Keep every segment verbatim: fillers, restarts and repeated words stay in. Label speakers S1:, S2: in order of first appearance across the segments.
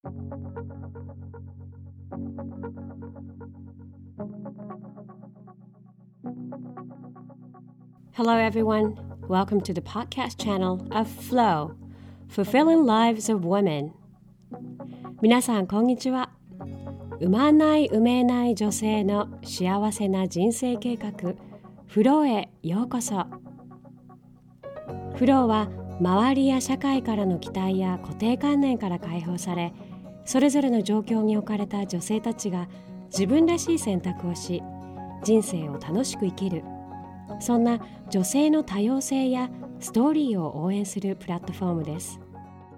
S1: Hello everyone, welcome to the podcast channel of Flow, Fulfilling Lives of Women. 皆さんこんにちは。産まない産めない女性の幸せな人生計画、フローへようこそ。フローは周りや社会からの期待や固定観念から解放され、それぞれの状況に置かれた女性たちが自分らしい選択をし、人生を楽しく生きる、そんな女性の多様性やストーリーを応援するプラットフォームです。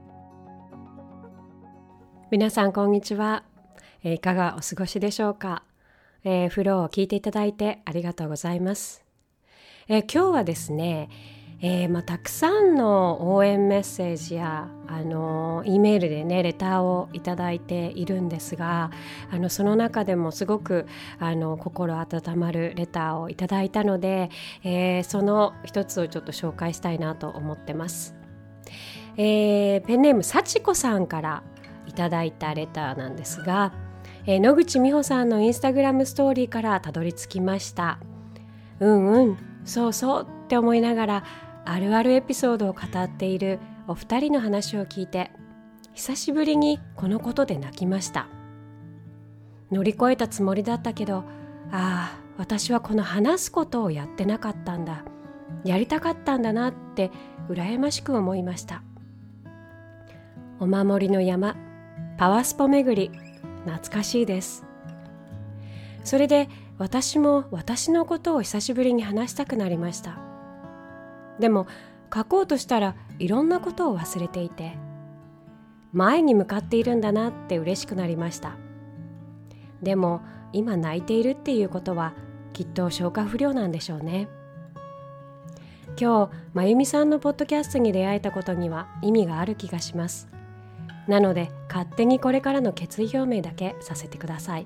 S1: 皆さんこんにちは。えー、いかがお過ごしでしょうか。えー、フローを聞いていただいてありがとうございます。えー、今日はですね、えーまあ、たくさんの応援メッセージや、あのー、Eメールでねレターをいただいているんですが、あのその中でもすごくあの心温まるレターをいただいたので、えー、その一つをちょっと紹介したいなと思ってます。えー、ペンネームさちこさんからいただいたレターなんですが、えー、野口美穂さんのインスタグラムストーリーからたどり着きました。うんうんそうそうって思いながらあるあるエピソードを語っているお二人の話を聞いて、久しぶりにこのことで泣きました。乗り越えたつもりだったけど、ああ私はこの話すことをやってなかったんだ、やりたかったんだなって羨ましく思いました。お守りの山、パワスポ巡り、懐かしいです。それで私も私のことを久しぶりに話したくなりました。でも書こうとしたらいろんなことを忘れていて、前に向かっているんだなって嬉しくなりました。でも今泣いているっていうことはきっと消化不良なんでしょうね。今日まゆみさんのポッドキャストに出会えたことには意味がある気がします。なので勝手にこれからの決意表明だけさせてください。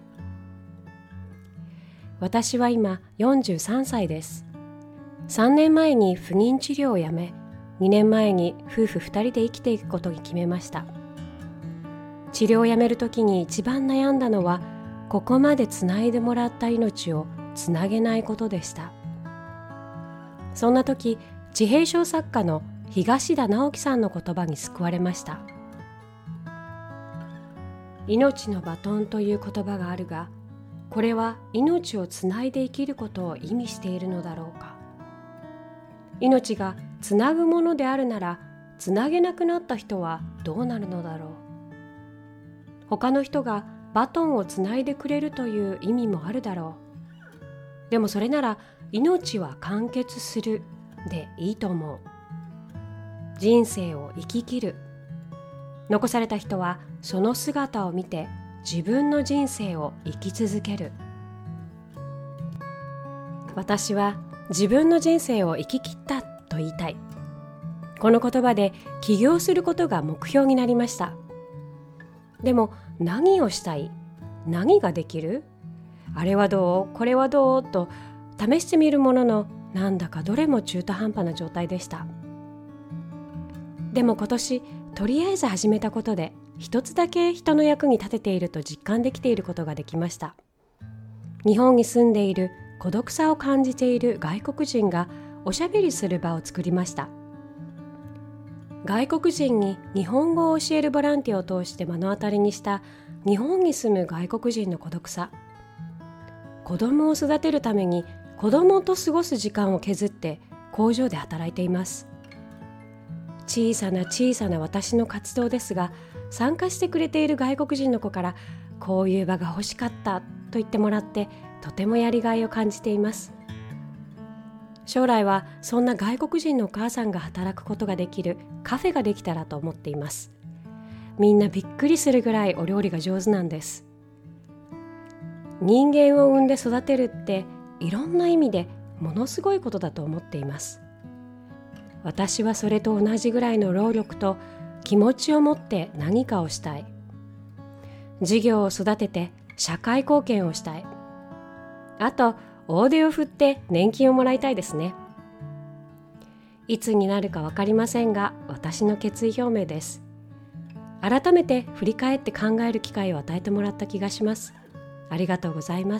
S1: 私は今よんじゅうさんさいです。さんねんまえに不妊治療をやめ、にねんまえに夫婦ふたりで生きていくことに決めました。治療をやめるときに一番悩んだのは、ここまでつないでもらった命をつなげないことでした。そんな時、自閉症作家の東田直樹さんの言葉に救われました。命のバトンという言葉があるが、これは命をつないで生きることを意味しているのだろうか。命がつなぐものであるなら、つなげなくなった人はどうなるのだろう。他の人がバトンをつないでくれるという意味もあるだろう。でもそれなら命は完結するでいいと思う。人生を生き切る。残された人はその姿を見て自分の人生を生き続ける。私は自分の人生を生き切ったと言いたい。この言葉で起業することが目標になりました。でも何をしたい？何ができる？あれはどう？これはどう？と試してみるものの、なんだかどれも中途半端な状態でした。でも今年とりあえず始めたことで一つだけ人の役に立てていると実感できていることができました。日本に住んでいる孤独さを感じている外国人がおしゃべりする場を作りました。外国人に日本語を教えるボランティアを通して目の当たりにした日本に住む外国人の孤独さ。子供を育てるために子供と過ごす時間を削って工場で働いています。小さな小さな私の活動ですが、参加してくれている外国人の子からこういう場が欲しかったと言ってもらってとてもやりがいを感じています。将来はそんな外国人のお母さんが働くことができるカフェができたらと思っています。みんなびっくりするぐらいお料理が上手なんです。人間を産んで育てるっていろんな意味でものすごいことだと思っています。私はそれと同じぐらいの労力と気持ちを持って何かをしたい。事業を育てて社会貢献をしたい。あと大手を振って年金をもらいたいですね。いつになるか分かりませんが、私の決意表明です。 改めて振り返って考える機会を与えてもらった気がします。ありがとうございます。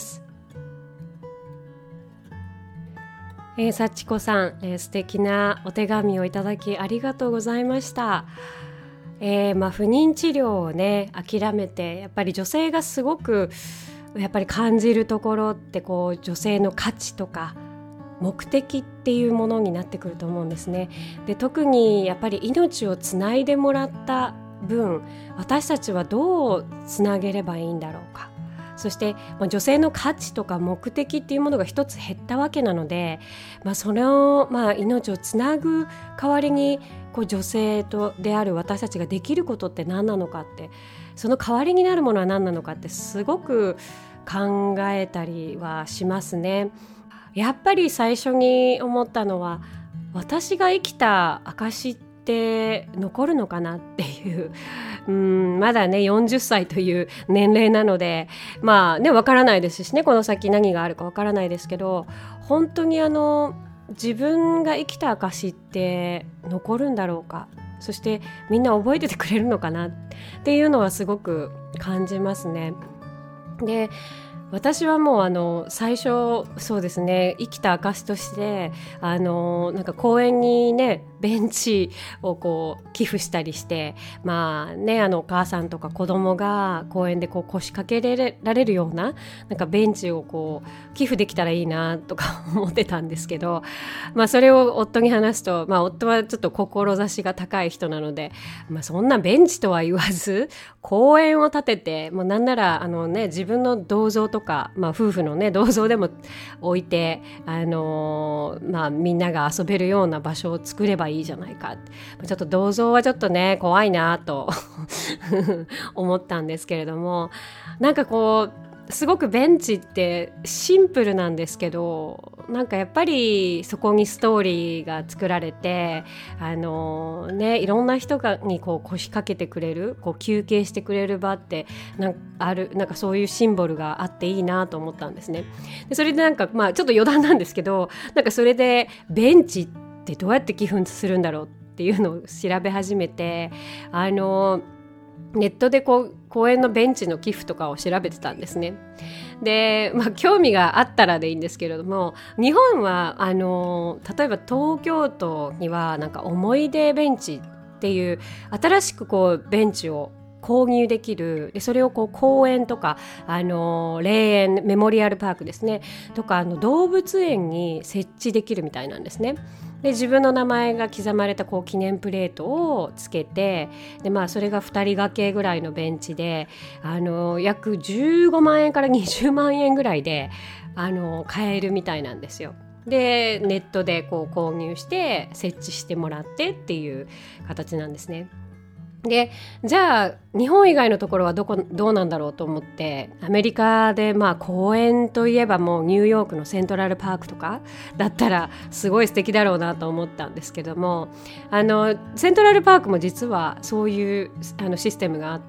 S1: えー、幸子さん、えー、素敵なお手紙をいただきありがとうございました。えーまあ、不妊治療をね諦めて、やっぱり女性がすごくやっぱり感じるところってこう女性の価値とか目的っていうものになってくると思うんですね。で、特にやっぱり命をつないでもらった分、私たちはどうつなげればいいんだろうか。そして、まあ、女性の価値とか目的っていうものが一つ減ったわけなので、まあ、それを、まあ、命をつなぐ代わりにこう女性とである私たちができることって何なのかって、その代わりになるものは何なのかってすごく考えたりはしますね。やっぱり最初に思ったのは、私が生きた証って残るのかなっていう、うん、まだねよんじゅっさいという年齢なので、まあねわからないですしね、この先何があるかわからないですけど、本当にあの自分が生きた証って残るんだろうか、そしてみんな覚えててくれるのかなっていうのはすごく感じますね。で、私はもうあの最初そうですね、生きた証としてあのなんか公園にねベンチをこう寄付したりして、まあね、あのお母さんとか子供が公園でこう腰掛けられるようななんかベンチをこう寄付できたらいいなとか思ってたんですけど、まあそれを夫に話すと、まあ夫はちょっと志が高い人なので、まあそんなベンチとは言わず公園を建てて、もうなんならあのね自分の銅像とか、まあ夫婦のね銅像でも置いて、あのー、まあみんなが遊べるような場所を作ればいいじゃないか。ちょっと銅像はちょっとね怖いなと思ったんですけれども、なんかこうすごくベンチってシンプルなんですけど、なんかやっぱりそこにストーリーが作られて、あのーね、いろんな人がにこう腰掛けてくれる、こう休憩してくれる場ってなんかある、なんかそういうシンボルがあっていいなと思ったんですね。でそれでなんか、まあ、ちょっと余談なんですけど、なんかそれでベンチってどうやって寄付するんだろうっていうのを調べ始めて、あのーネットでこう公園のベンチの寄付とかを調べてたんですね。で、まあ、興味があったらでいいんですけれども、日本はあの例えば東京都にはなんか思い出ベンチっていう新しくこうベンチを購入できる、でそれをこう公園とか、あの霊園メモリアルパークですねとか、あの動物園に設置できるみたいなんですね。で自分の名前が刻まれたこう記念プレートをつけて、で、まあ、それがふたり掛けぐらいのベンチで、あの約じゅうごまんえんからにじゅうまんえんぐらいであの買えるみたいなんですよ。でネットでこう購入して設置してもらってっていう形なんですね。でじゃあ日本以外のところはどこどうなんだろうと思って、アメリカでまあ公園といえばもうニューヨークのセントラルパークとかだったらすごい素敵だろうなと思ったんですけども、あのセントラルパークも実はそういうあのシステムがあって、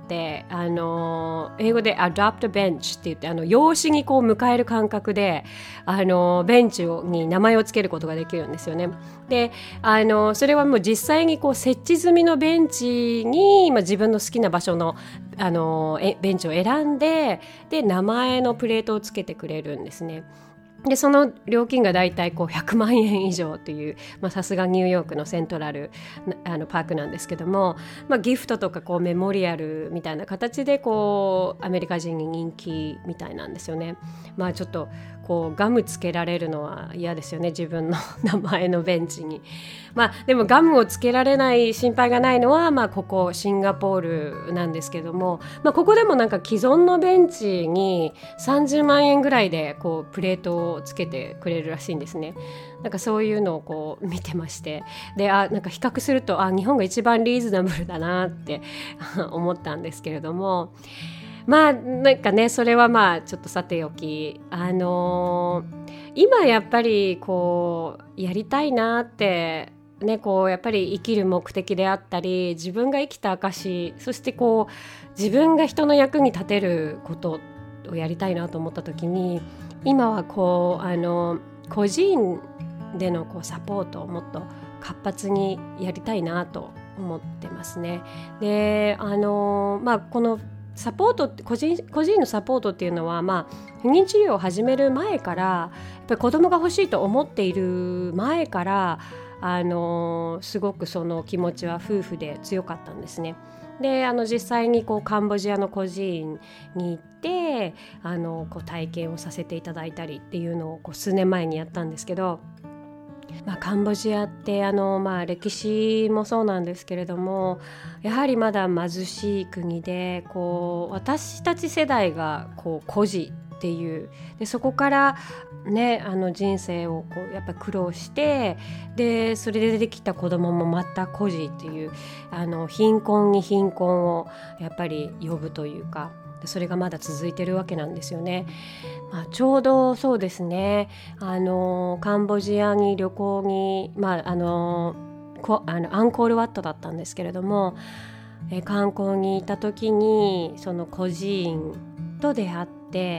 S1: あの英語で adopt a bench って言って、あの養子にこう迎える感覚であのベンチをに名前をつけることができるんですよね。であのそれはもう実際にこう設置済みのベンチに、まあ、自分の好きな場所の、あのえベンチを選んで、で名前のプレートをつけてくれるんですね。でその料金がだいたいこうひゃくまんえん以上という、まあ、さすがニューヨークのセントラルあのパークなんですけども、まあ、ギフトとかこうメモリアルみたいな形でこうアメリカ人に人気みたいなんですよね。まあちょっとこうガムつけられるのは嫌ですよね、自分の名前のベンチに。まあでもガムをつけられない心配がないのは、まあここシンガポールなんですけども、まあここでもなんか既存のベンチにさんじゅうまんえんぐらいでこうプレートをつけてくれるらしいんですね。なんかそういうのをこう見てまして、であなんか比較すると、あ日本が一番リーズナブルだなって思ったんですけれども、まあなんかねそれはまあちょっとさておき、あのー、今やっぱりこうやりたいなってね、こうやっぱり生きる目的であったり、自分が生きた証、そしてこう自分が人の役に立てることをやりたいなと思った時に、今はこうあの個人でのこうサポートをもっと活発にやりたいなと思ってますね。で、あのまあ、このサポート個人、個人のサポートっていうのは、まあ、不妊治療を始める前からやっぱり子供が欲しいと思っている前からあのすごくその気持ちは夫婦で強かったんですね。で、あの実際にこうカンボジアの孤児院に行ってあのこう体験をさせていただいたりっていうのをこう数年前にやったんですけど、まあ、カンボジアってあの、まあ、歴史もそうなんですけれども、やはりまだ貧しい国で、こう私たち世代がこう孤児っていうで、そこからね、あの人生をこうやっぱ苦労して、でそれでできた子供もまた孤児っていう、あの貧困に貧困をやっぱり呼ぶというか、それがまだ続いてるわけなんですよね。まあ、ちょうどそうですね、あのカンボジアに旅行に、まあ、あのこあのアンコールワットだったんですけれども、え観光に行った時にその孤児院と出会って、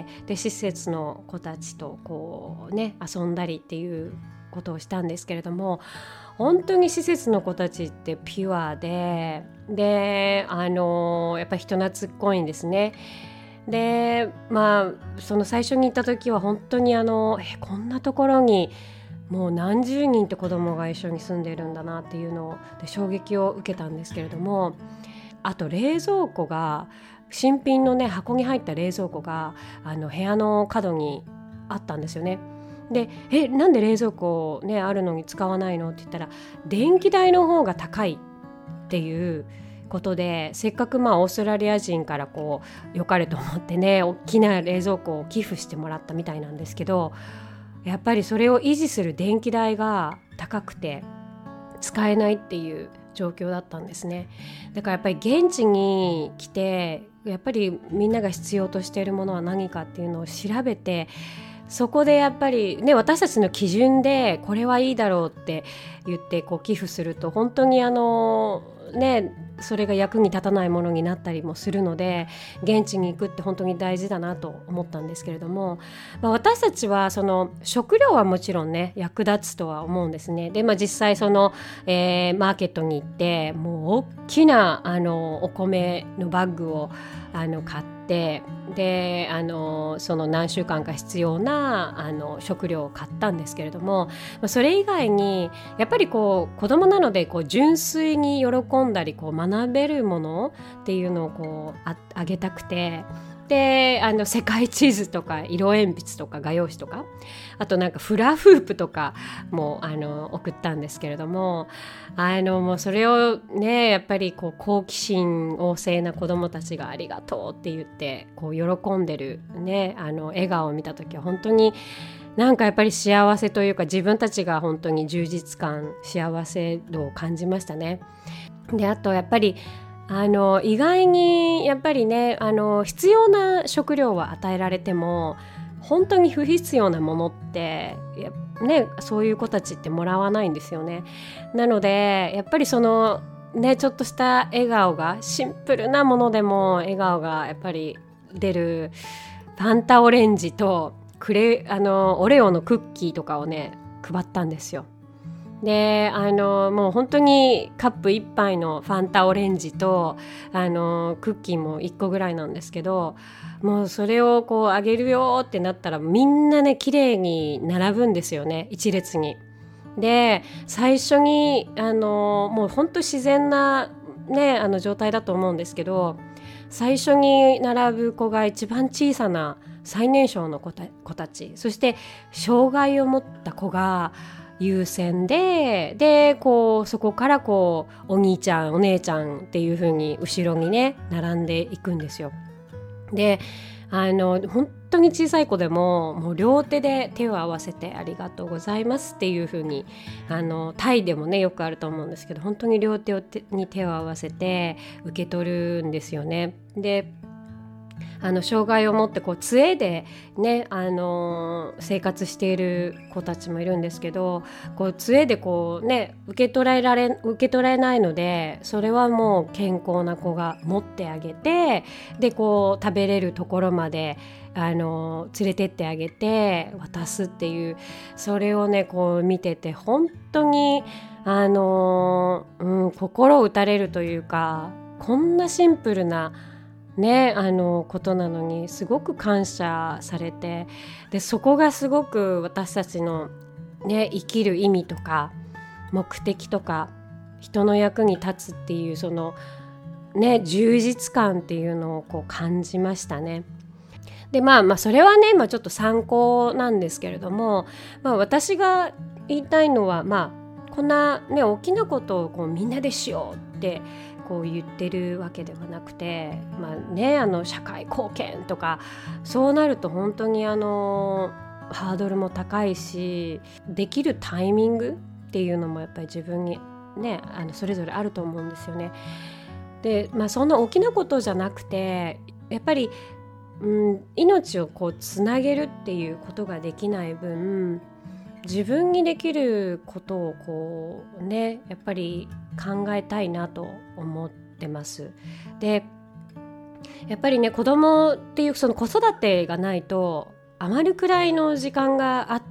S1: で施設の子たちとこう、ね、遊んだりっていうことをしたんですけれども、本当に施設の子たちってピュアで、であのやっぱり人懐っこいんですね。で、まあその最初に行った時は本当にあのえこんなところにもう何十人って子供が一緒に住んでるんだなっていうので衝撃を受けたんですけれども、あと冷蔵庫が新品のね箱に入った冷蔵庫があの部屋の角にあったんですよね。で、えなんで冷蔵庫、ね、あるのに使わないのって言ったら、電気代の方が高いっていうことで、せっかくまあオーストラリア人からこう良かれと思ってね、大きな冷蔵庫を寄付してもらったみたいなんですけど、やっぱりそれを維持する電気代が高くて使えないっていう状況だったんですね。だからやっぱり現地に来て、やっぱりみんなが必要としているものは何かっていうのを調べて、そこでやっぱりね、私たちの基準でこれはいいだろうって言ってこう寄付すると、本当にあのね、それが役に立たないものになったりもするので、現地に行くって本当に大事だなと思ったんですけれども、まあ、私たちはその食料はもちろんね役立つとは思うんですね。で、まあ、実際その、えー、マーケットに行ってもう大きなあのお米のバッグをあの買って、であのその何週間か必要なあの食料を買ったんですけれども、それ以外にやっぱりこう子供なのでこう純粋に喜んだりこう学べるものっていうのをこう あ, あげたくて、であの世界地図とか色鉛筆とか画用紙とか、あとなんかフラフープとかもあの送ったんですけれども、あのもうそれをねやっぱりこう好奇心旺盛な子どもたちがありがとうって言ってこう喜んでる、ね、あの笑顔を見た時は本当になんかやっぱり幸せというか、自分たちが本当に充実感、幸せ度を感じましたね。で、あとやっぱりあの意外にやっぱりね、あの必要な食料は与えられても本当に不必要なものってや、ね、そういう子たちってもらわないんですよね。なのでやっぱりそのね、ちょっとした笑顔が、シンプルなものでも笑顔がやっぱり出るファンタオレンジとクレあのオレオのクッキーとかをね配ったんですよ。であのもう本当にカップいっぱいのファンタオレンジとあのクッキーもいっこぐらいなんですけど、もうそれをこうあげるよってなったらみんなね綺麗に並ぶんですよね、一列に。で最初にあのもう本当自然な、ね、あの状態だと思うんですけど、最初に並ぶ子が一番小さな最年少の子た、子たち、そして障害を持った子が優先で、でこうそこからこうお兄ちゃんお姉ちゃんっていう風に後ろにね並んでいくんですよ。であの本当に小さい子でももう両手で手を合わせてありがとうございますっていう風に、あのタイでもねよくあると思うんですけど、本当に両手を手に手を合わせて受け取るんですよね。であの障害を持ってこう杖で、ね、あの生活している子たちもいるんですけど、こう杖でこう、ね、受け取られ、受け取られないので、それはもう健康な子が持ってあげて、でこう食べれるところまであの連れてってあげて渡すっていう、それをねこう見てて本当にあのーうん、心を打たれるというか、こんなシンプルなね、あのことなのにすごく感謝されて、でそこがすごく私たちの、ね、生きる意味とか目的とか人の役に立つっていうその、ね、充実感っていうのをこう感じましたね。でまあまあそれはね、まあ、ちょっと参考なんですけれども、まあ、私が言いたいのは、まあ、こんな、ね、大きなことをこうみんなでしようってこう言ってるわけではなくて、まあね、あの社会貢献とかそうなると本当にあのハードルも高いし、できるタイミングっていうのもやっぱり自分に、ね、あのそれぞれあると思うんですよね。で、まあ、そんな大きなことじゃなくてやっぱり、うん、命をこうつなげるっていうことができない分、自分にできることをこうねやっぱり考えたいなと思ってます。でやっぱりね、子供っていうその子育てがないと余るくらいの時間があって、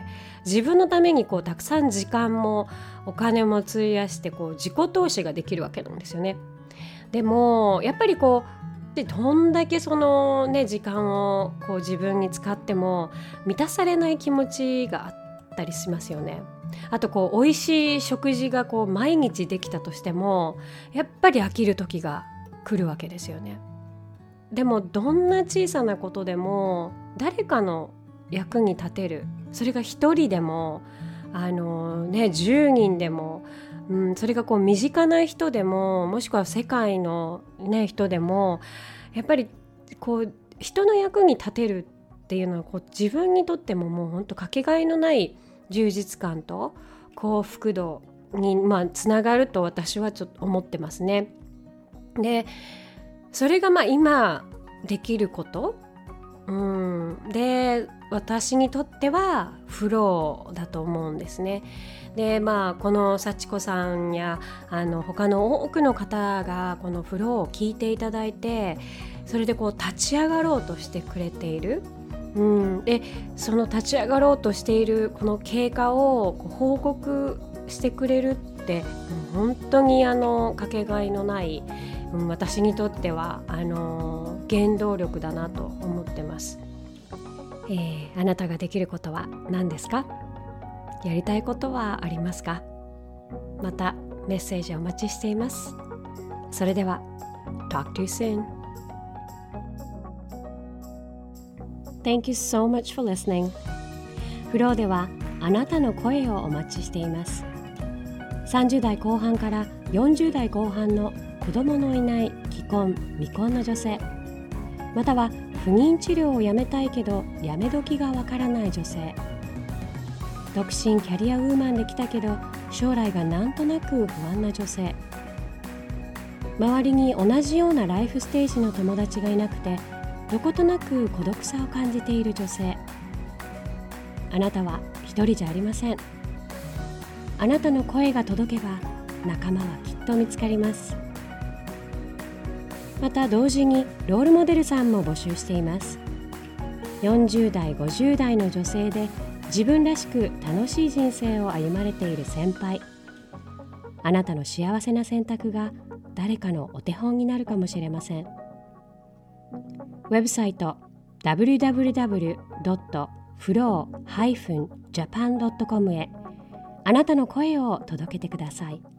S1: 自分のためにこうたくさん時間もお金も費やしてこう自己投資ができるわけなんですよね。でもやっぱりこうでどんだけその、ね、時間をこう自分に使っても満たされない気持ちがあったりしますよね。あとこう美味しい食事がこう毎日できたとしてもやっぱり飽きる時が来るわけですよね。でもどんな小さなことでも誰かの役に立てる、それが一人でもあの、ね、じゅうにんでも、うん、それがこう身近な人でももしくは世界の、ね、人でもやっぱりこう人の役に立てるっていうのはこう自分にとってももう本当かけがえのない充実感と幸福度に、まあ、つながると私はちょっと思ってますね。でそれがまあ今できること、うん、で私にとってはフローだと思うんですね。でまあこの幸子さんやあの他の多くの方がこのフローを聞いていただいて、それでこう立ち上がろうとしてくれている、うん、でその立ち上がろうとしているこの経過をこう報告してくれるって本当にあのかけがえのない、うん、私にとってはあの原動力だなと思ってます。えー、あなたができることは何ですか？やりたいことはありますか？またメッセージをお待ちしています。それでは Talk to you soon. Thank you so much for listening. フローではあなたの声をお待ちしています。さんじゅう代後半からよんじゅう代後半の子供のいない既婚未婚の女性、または不妊治療をやめたいけどやめ時がわからない女性、独身キャリアウーマンで来たけど将来がなんとなく不安な女性、周りに同じようなライフステージの友達がいなくてどことなく孤独さを感じている女性、あなたは一人じゃありません。あなたの声が届けば仲間はきっと見つかります。また同時にロールモデルさんも募集しています。よんじゅう代ごじゅう代の女性で自分らしく楽しい人生を歩まれている先輩、あなたの幸せな選択が誰かのお手本になるかもしれません。ウェブサイト ダブリューダブリューダブリュードットフローダッシュジャパンドットコム へあなたの声を届けてください。